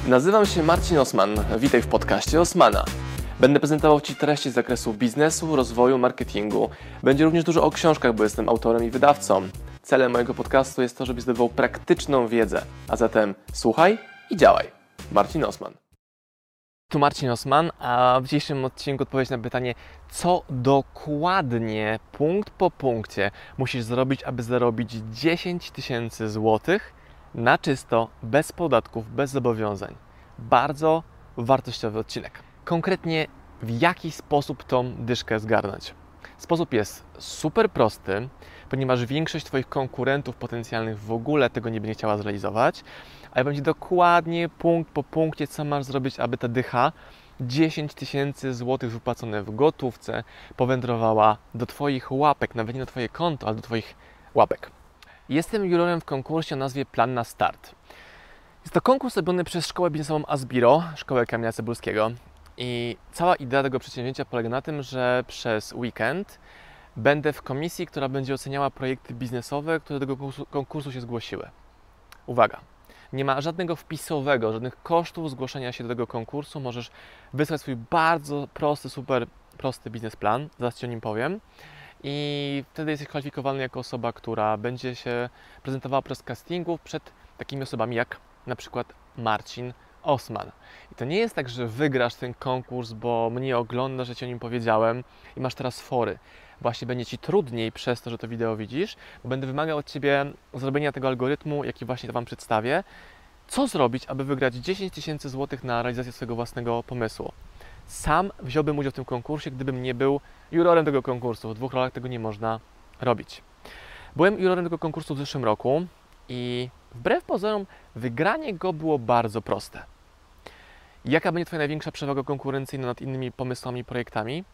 Nazywam się Marcin Osman. Witaj w podcaście Osmana. Będę prezentował Ci treści z zakresu biznesu, rozwoju, marketingu. Będzie również dużo o książkach, bo jestem autorem i wydawcą. Celem mojego podcastu jest to, żebyś zdobywał praktyczną wiedzę. A zatem słuchaj i działaj. Marcin Osman. Tu Marcin Osman, a w dzisiejszym odcinku odpowiedź na pytanie, co dokładnie, punkt po punkcie musisz zrobić, aby zarobić 10 000 złotych na czysto, bez podatków, bez zobowiązań. Bardzo wartościowy odcinek. Konkretnie w jaki sposób tą dyszkę zgarnąć. Sposób jest super prosty, ponieważ większość Twoich konkurentów potencjalnych w ogóle tego nie będzie chciała zrealizować, ale będzie dokładnie punkt po punkcie, co masz zrobić, aby ta dycha 10 000 złotych wypłacone w gotówce powędrowała do Twoich łapek, nawet nie na Twoje konto, ale do Twoich łapek. Jestem jurorem w konkursie o nazwie Plan na Start. Jest to konkurs robiony przez Szkołę Biznesową Asbiro, Szkołę Kamila Cebulskiego. I cała idea tego przedsięwzięcia polega na tym, że przez weekend będę w komisji, która będzie oceniała projekty biznesowe, które do tego konkursu się zgłosiły. Uwaga! Nie ma żadnego wpisowego, żadnych kosztów zgłoszenia się do tego konkursu. Możesz wysłać swój bardzo prosty, super prosty biznesplan, zaraz Ci o nim powiem. I wtedy jesteś kwalifikowany jako osoba, która będzie się prezentowała podczas castingów przed takimi osobami jak na przykład Marcin Osman. I to nie jest tak, że wygrasz ten konkurs, bo mnie oglądasz, że Ci o nim powiedziałem i masz teraz fory. Właśnie będzie Ci trudniej przez to, że to wideo widzisz, bo będę wymagał od Ciebie zrobienia tego algorytmu, jaki właśnie Wam przedstawię. Co zrobić, aby wygrać 10 000 złotych na realizację swojego własnego pomysłu? Sam wziąłbym udział w tym konkursie, gdybym nie był jurorem tego konkursu. W 2 rolach tego nie można robić. Byłem jurorem tego konkursu w zeszłym roku i wbrew pozorom wygranie go było bardzo proste. Jaka będzie Twoja największa przewaga konkurencyjna nad innymi pomysłami i projektami?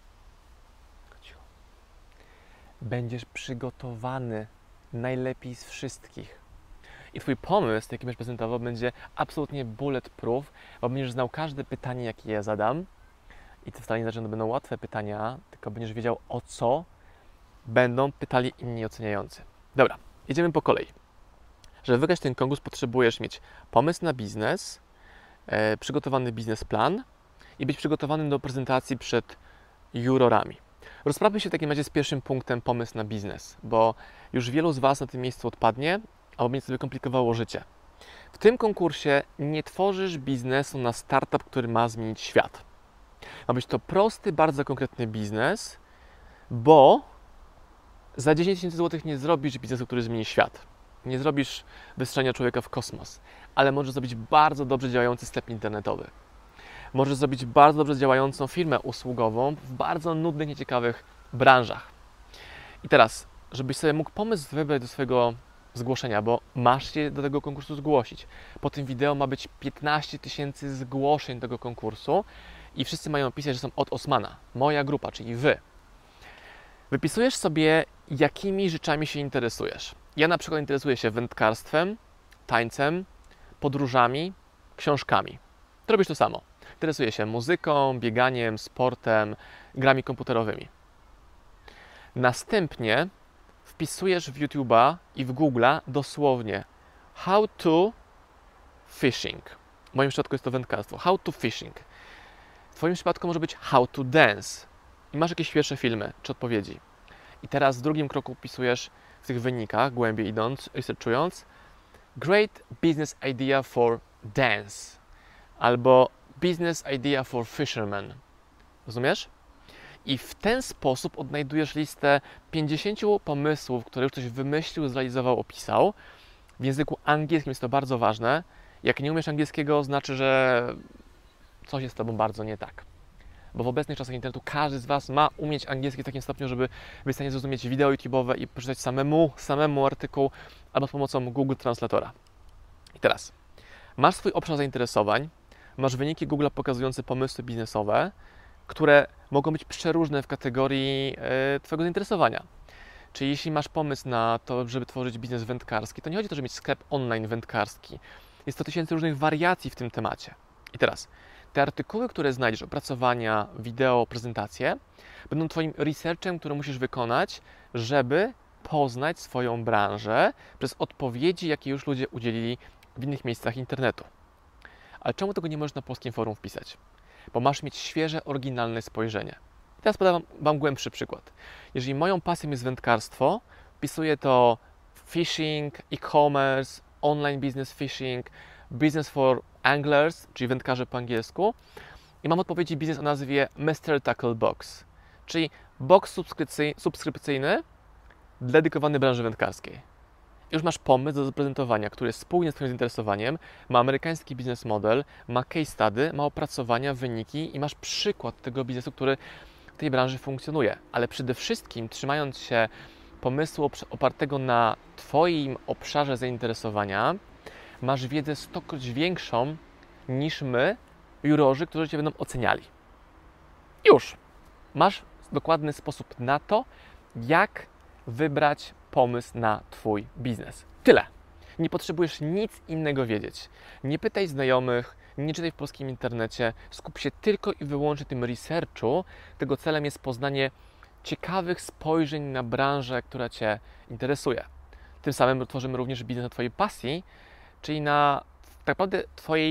Będziesz przygotowany najlepiej z wszystkich. I Twój pomysł, jaki będziesz prezentował, będzie absolutnie bulletproof, bo będziesz znał każde pytanie, jakie ja zadam. I to wcale nie znaczy, że to będą łatwe pytania, tylko będziesz wiedział, o co będą pytali inni oceniający. Dobra, jedziemy po kolei. Żeby wygrać ten konkurs, potrzebujesz mieć pomysł na biznes, przygotowany biznesplan i być przygotowanym do prezentacji przed jurorami. Rozprawmy się w takim razie z pierwszym punktem, pomysł na biznes, bo już wielu z Was na tym miejscu odpadnie, albo będzie sobie komplikowało życie. W tym konkursie nie tworzysz biznesu na startup, który ma zmienić świat. Ma być to prosty, bardzo konkretny biznes, bo za 10 000 złotych nie zrobisz biznesu, który zmieni świat. Nie zrobisz wystrzelenia człowieka w kosmos, ale możesz zrobić bardzo dobrze działający sklep internetowy. Możesz zrobić bardzo dobrze działającą firmę usługową w bardzo nudnych, nieciekawych branżach. I teraz, żebyś sobie mógł pomysł wybrać do swojego zgłoszenia, bo masz się do tego konkursu zgłosić. Po tym wideo ma być 15 000 zgłoszeń do tego konkursu i wszyscy mają pisać, że są od Osmana, moja grupa, czyli Wy. Wypisujesz sobie, jakimi rzeczami się interesujesz. Ja na przykład interesuję się wędkarstwem, tańcem, podróżami, książkami. Ty robisz to samo. Interesuję się muzyką, bieganiem, sportem, grami komputerowymi. Następnie wpisujesz w YouTube'a i w Google'a dosłownie how to fishing. W moim przypadku jest to wędkarstwo. How to fishing. W Twoim przypadku może być how to dance. I masz jakieś pierwsze filmy czy odpowiedzi. I teraz w drugim kroku wpisujesz w tych wynikach, głębiej idąc, researchując, great business idea for dance. Albo business idea for fishermen. Rozumiesz? I w ten sposób odnajdujesz listę 50 pomysłów, które już ktoś wymyślił, zrealizował, opisał. W języku angielskim jest to bardzo ważne. Jak nie umiesz angielskiego, znaczy, że coś jest z Tobą bardzo nie tak. Bo w obecnych czasach internetu każdy z Was ma umieć angielski w takim stopniu, żeby być w stanie zrozumieć wideo YouTube'owe i przeczytać samemu artykuł albo z pomocą Google Translatora. I teraz masz swój obszar zainteresowań, masz wyniki Google pokazujące pomysły biznesowe, które mogą być przeróżne w kategorii Twojego zainteresowania. Czyli jeśli masz pomysł na to, żeby tworzyć biznes wędkarski, to nie chodzi o to, żeby mieć sklep online wędkarski. Jest 100 000 różnych wariacji w tym temacie. I teraz, te artykuły, które znajdziesz, opracowania, wideo, prezentacje, będą Twoim researchem, który musisz wykonać, żeby poznać swoją branżę przez odpowiedzi, jakie już ludzie udzielili w innych miejscach internetu. Ale czemu tego nie możesz na polskim forum wpisać? Bo masz mieć świeże, oryginalne spojrzenie. Teraz podam Wam głębszy przykład. Jeżeli moją pasją jest wędkarstwo, wpisuję to fishing, e-commerce, online business fishing, business for anglers, czyli wędkarze po angielsku, i mam odpowiedzi biznes o nazwie Mr. Tackle Box, czyli box subskrypcyjny dedykowany branży wędkarskiej. Już masz pomysł do zaprezentowania, który jest spójny z Twoim zainteresowaniem, ma amerykański biznes model, ma case study, ma opracowania, wyniki i masz przykład tego biznesu, który w tej branży funkcjonuje. Ale przede wszystkim, trzymając się pomysłu opartego na Twoim obszarze zainteresowania, masz wiedzę 100-krotnie większą niż my, jurorzy, którzy Cię będą oceniali. Już masz dokładny sposób na to, jak wybrać pomysł na Twój biznes. Tyle. Nie potrzebujesz nic innego wiedzieć. Nie pytaj znajomych, nie czytaj w polskim internecie. Skup się tylko i wyłącznie tym researchu. Tego celem jest poznanie ciekawych spojrzeń na branżę, która Cię interesuje. Tym samym tworzymy również biznes na Twojej pasji, czyli na tak naprawdę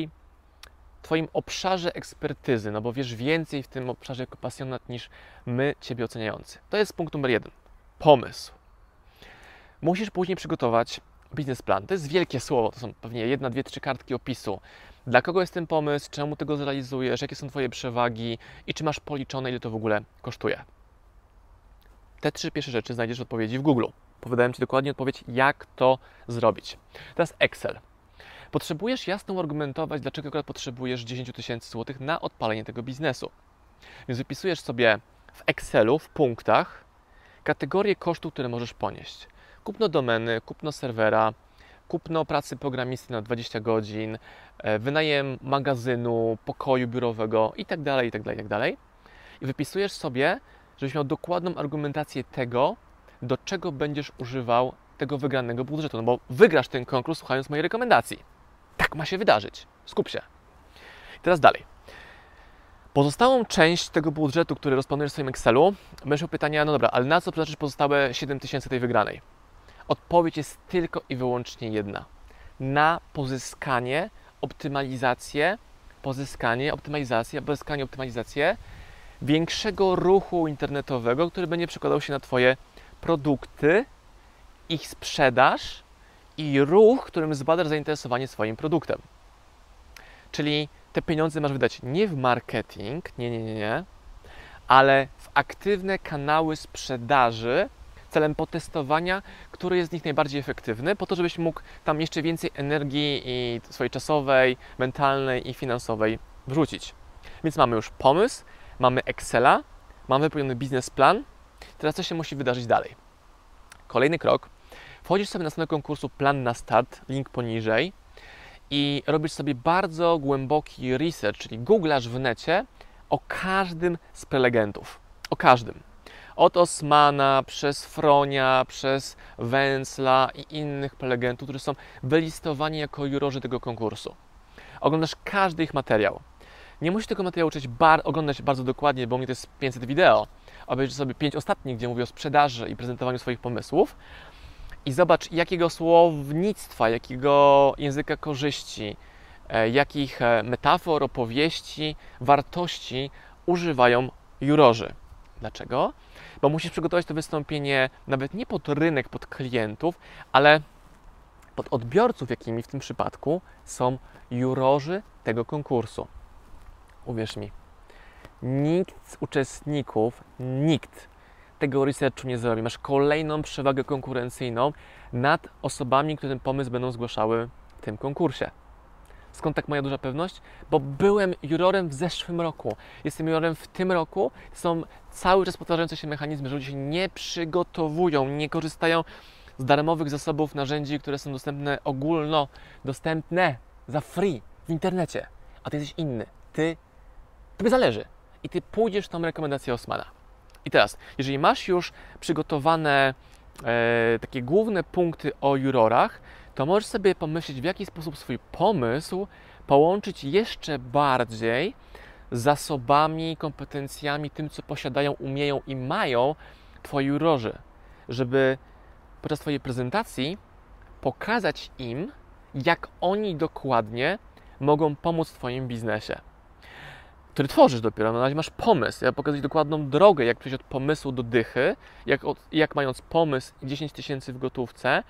Twoim obszarze ekspertyzy, no bo wiesz więcej w tym obszarze jako pasjonat niż my, Ciebie oceniający. To jest punkt numer 1. Pomysł. Musisz później przygotować biznesplan. To jest wielkie słowo, to są pewnie 1, 2, 3 kartki opisu. Dla kogo jest ten pomysł, czemu Ty go zrealizujesz, jakie są Twoje przewagi i czy masz policzone, ile to w ogóle kosztuje. Te 3 pierwsze rzeczy znajdziesz w odpowiedzi w Google. Podałem Ci dokładnie odpowiedź, jak to zrobić. Teraz Excel. Potrzebujesz jasno argumentować, dlaczego akurat potrzebujesz 10 000 złotych na odpalenie tego biznesu. Więc wypisujesz sobie w Excelu, w punktach, kategorie kosztów, które możesz ponieść. Kupno domeny, kupno serwera, kupno pracy programisty na 20 godzin, wynajem magazynu, pokoju biurowego itd., itd., itd. I wypisujesz sobie, żebyś miał dokładną argumentację tego, do czego będziesz używał tego wygranego budżetu. No bo wygrasz ten konkurs słuchając mojej rekomendacji. Tak ma się wydarzyć. Skup się. I teraz dalej. Pozostałą część tego budżetu, który rozplanujesz w swoim Excelu, będziesz miał pytania, no dobra, ale na co przeznaczysz pozostałe 7 000 tej wygranej? Odpowiedź jest tylko i wyłącznie jedna. Na pozyskanie, optymalizację większego ruchu internetowego, który będzie przekładał się na Twoje produkty, ich sprzedaż i ruch, którym zbadasz zainteresowanie swoim produktem. Czyli te pieniądze masz wydać nie w marketing, nie, ale w aktywne kanały sprzedaży celem potestowania, który jest z nich najbardziej efektywny, po to, żebyś mógł tam jeszcze więcej energii i swojej czasowej, mentalnej i finansowej wrzucić. Więc mamy już pomysł, mamy Excela, mamy wypełniony biznesplan. Teraz co się musi wydarzyć dalej? Kolejny krok. Wchodzisz sobie na stronę konkursu Plan na Start, link poniżej, i robisz sobie bardzo głęboki research, czyli googlasz w necie o każdym z prelegentów. O każdym. Od Osmana, przez Fronia, przez Wenzla i innych prelegentów, którzy są wylistowani jako jurorzy tego konkursu. Oglądasz każdy ich materiał. Nie musisz tego materiału oglądać bardzo dokładnie, bo u mnie to jest 500 wideo. Obejrzyj sobie 5 ostatnich, gdzie mówię o sprzedaży i prezentowaniu swoich pomysłów. I zobacz, jakiego słownictwa, jakiego języka korzyści, jakich metafor, opowieści, wartości używają jurorzy. Dlaczego? Bo musisz przygotować to wystąpienie nawet nie pod rynek, pod klientów, ale pod odbiorców, jakimi w tym przypadku są jurorzy tego konkursu. Uwierz mi, nikt z uczestników, tego researchu nie zrobi. Masz kolejną przewagę konkurencyjną nad osobami, które ten pomysł będą zgłaszały w tym konkursie. Skąd tak moja duża pewność? Bo byłem jurorem w zeszłym roku. Jestem jurorem w tym roku. Są cały czas powtarzające się mechanizmy, że ludzie się nie przygotowują, nie korzystają z darmowych zasobów, narzędzi, które są ogólnodostępne za free w internecie. A Ty jesteś inny. Tobie zależy. I Ty pójdziesz w tą rekomendację Osmana. I teraz, jeżeli masz już przygotowane takie główne punkty o jurorach, to możesz sobie pomyśleć, w jaki sposób swój pomysł połączyć jeszcze bardziej z zasobami, kompetencjami, tym, co posiadają, umieją i mają Twoi jurorzy, żeby podczas Twojej prezentacji pokazać im, jak oni dokładnie mogą pomóc w Twoim biznesie, który tworzysz dopiero, na razie masz pomysł. Ja pokazuję dokładną drogę, jak przejść od pomysłu do dychy, jak mając pomysł 10 tysięcy w gotówce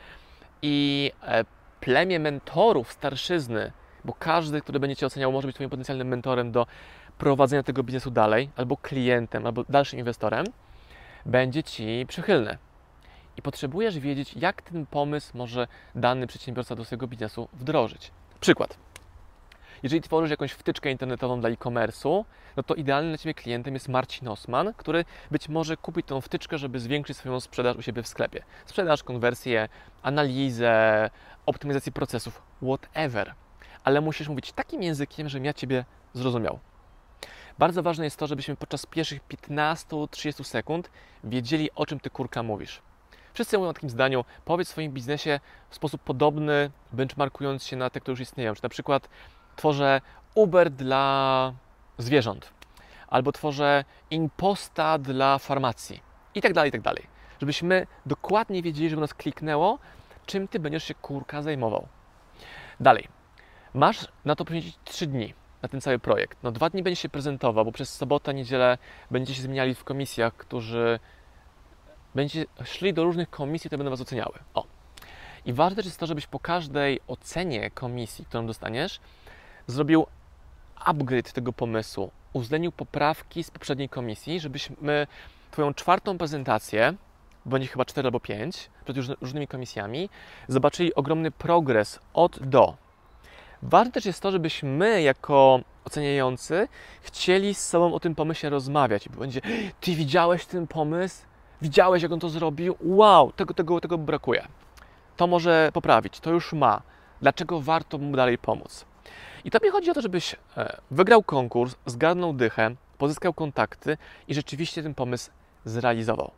i plemię mentorów, starszyzny, bo każdy, który będzie Cię oceniał, może być Twoim potencjalnym mentorem do prowadzenia tego biznesu dalej, albo klientem, albo dalszym inwestorem, będzie Ci przychylny. I potrzebujesz wiedzieć, jak ten pomysł może dany przedsiębiorca do swojego biznesu wdrożyć. Przykład. Jeżeli tworzysz jakąś wtyczkę internetową dla e-commerce'u, no to idealnym dla Ciebie klientem jest Marcin Osman, który być może kupi tą wtyczkę, żeby zwiększyć swoją sprzedaż u siebie w sklepie. Sprzedaż, konwersję, analizę, optymizację procesów, whatever. Ale musisz mówić takim językiem, żebym ja Ciebie zrozumiał. Bardzo ważne jest to, żebyśmy podczas pierwszych 15-30 sekund wiedzieli, o czym Ty, kurka, mówisz. Wszyscy mówią o takim zdaniu: powiedz w swoim biznesie w sposób podobny, benchmarkując się na te, które już istnieją. Czy na przykład tworzę Uber dla zwierząt, albo tworzę imposta dla farmacji i tak dalej, i tak dalej. Żebyśmy dokładnie wiedzieli, żeby nas kliknęło, czym Ty będziesz się, kurka, zajmował. Dalej. Masz na to poświęcić 3 dni, na ten cały projekt. No 2 dni będziesz się prezentował, bo przez sobotę, niedzielę będziecie się zmieniali w komisjach, którzy będziecie szli do różnych komisji, które będą Was oceniały. O. I ważne też jest to, żebyś po każdej ocenie komisji, którą dostaniesz, zrobił upgrade tego pomysłu, uwzględnił poprawki z poprzedniej komisji, żebyśmy Twoją 4. prezentację, bo będzie chyba 4 albo 5, przed różnymi komisjami, zobaczyli ogromny progres od do. Ważne też jest to, żebyśmy jako oceniający chcieli z sobą o tym pomyśle rozmawiać. Bo będzie: Ty widziałeś ten pomysł? Widziałeś, jak on to zrobił? Wow, tego brakuje. To może poprawić, to już ma. Dlaczego warto mu dalej pomóc? I tobie chodzi o to, żebyś wygrał konkurs, zgarnął dychę, pozyskał kontakty i rzeczywiście ten pomysł zrealizował.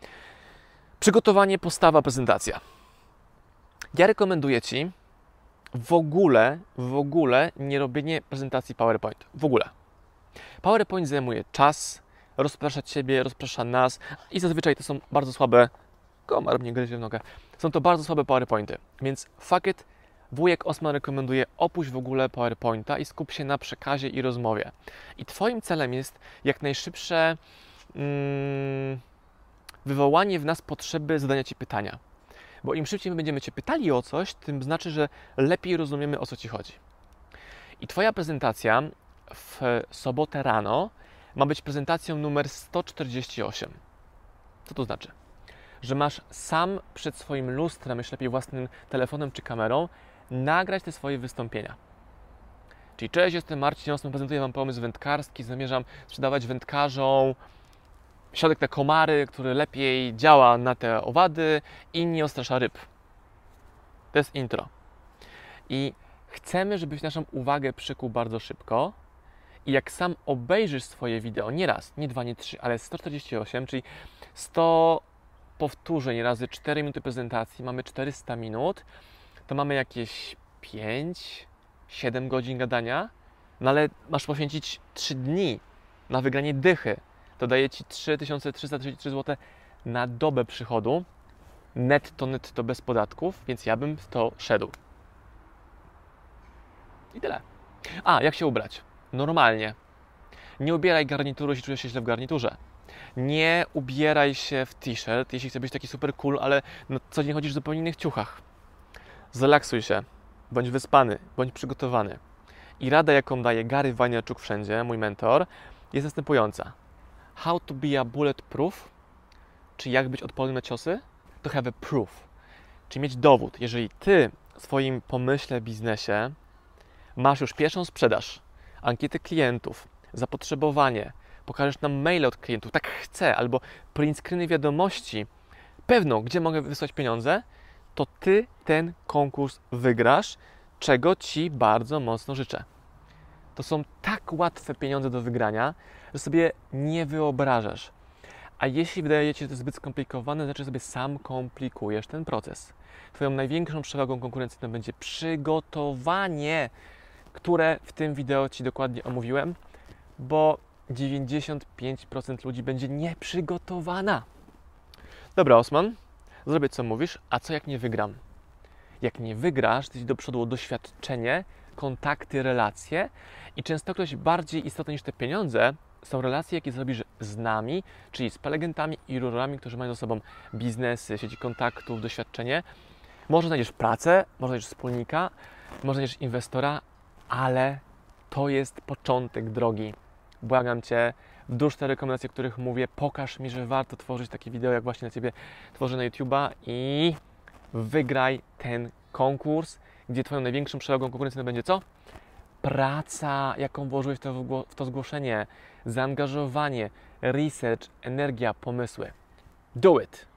Przygotowanie, postawa, prezentacja. Ja rekomenduję Ci w ogóle nie robienie prezentacji PowerPoint. W ogóle. PowerPoint zajmuje czas, rozprasza Ciebie, rozprasza nas i zazwyczaj to są bardzo słabe... Komar mnie gryzie w nogę. Są to bardzo słabe PowerPointy, więc fuck it, wujek Osman rekomenduje: opuść w ogóle PowerPointa i skup się na przekazie i rozmowie. I Twoim celem jest jak najszybsze wywołanie w nas potrzeby zadania Ci pytania. Bo im szybciej my będziemy Cię pytali o coś, tym znaczy, że lepiej rozumiemy, o co Ci chodzi. I Twoja prezentacja w sobotę rano ma być prezentacją numer 148. Co to znaczy? Że masz sam przed swoim lustrem, już lepiej własnym telefonem czy kamerą, nagrać te swoje wystąpienia. Czyli: cześć, jestem Marcin Osman, prezentuję Wam pomysł wędkarski, zamierzam sprzedawać wędkarzom środek na komary, który lepiej działa na te owady i nie ostrasza ryb. To jest intro. I chcemy, żebyś naszą uwagę przykuł bardzo szybko. I jak sam obejrzysz swoje wideo, nie raz, nie 2, nie 3, ale 148, czyli 100 powtórzeń razy 4 minuty prezentacji, mamy 400 minut, to mamy jakieś 5-7 godzin gadania, no ale masz poświęcić 3 dni na wygranie dychy. To daje Ci 3333 zł na dobę przychodu, netto bez podatków, więc ja bym w to szedł. I tyle. A, jak się ubrać? Normalnie. Nie ubieraj garnituru, jeśli czujesz się źle w garniturze. Nie ubieraj się w t-shirt, jeśli chcesz być taki super cool, ale na co dzień chodzisz w zupełnie innych ciuchach. Zrelaksuj się, bądź wyspany, bądź przygotowany. I rada, jaką daje Gary Vaynerchuk wszędzie, mój mentor, jest następująca. How to be a bulletproof, czy jak być odpornym na ciosy, to have a proof, czyli mieć dowód. Jeżeli Ty w swoim pomyśle, biznesie masz już pierwszą sprzedaż, ankietę klientów, zapotrzebowanie, pokażesz nam maile od klientów, tak chcę, albo print screeny wiadomości, pewno, gdzie mogę wysłać pieniądze, to Ty ten konkurs wygrasz, czego Ci bardzo mocno życzę. To są tak łatwe pieniądze do wygrania, że sobie nie wyobrażasz. A jeśli wydaje Ci się to zbyt skomplikowane, znaczy sobie sam komplikujesz ten proces. Twoją największą przewagą konkurencyjną będzie przygotowanie, które w tym wideo Ci dokładnie omówiłem, bo 95% ludzi będzie nieprzygotowana. Dobra, Osman, zrobię co mówisz, a co jak nie wygram? Jak nie wygrasz, to Ci do przodu o doświadczenie, kontakty, relacje i częstokroć bardziej istotne niż te pieniądze są relacje, jakie zrobisz z nami, czyli z prelegentami i jurorami, którzy mają ze sobą biznesy, sieci kontaktów, doświadczenie. Może znajdziesz pracę, może znajdziesz wspólnika, może znajdziesz inwestora, ale to jest początek drogi. Błagam Cię, wdłuż te rekomendacje, o których mówię, pokaż mi, że warto tworzyć takie wideo, jak właśnie na Ciebie tworzę na YouTube'a i wygraj ten konkurs, gdzie Twoją największą przewagą konkurencyjną będzie co? Praca, jaką włożyłeś w to zgłoszenie, zaangażowanie, research, energia, pomysły. Do it!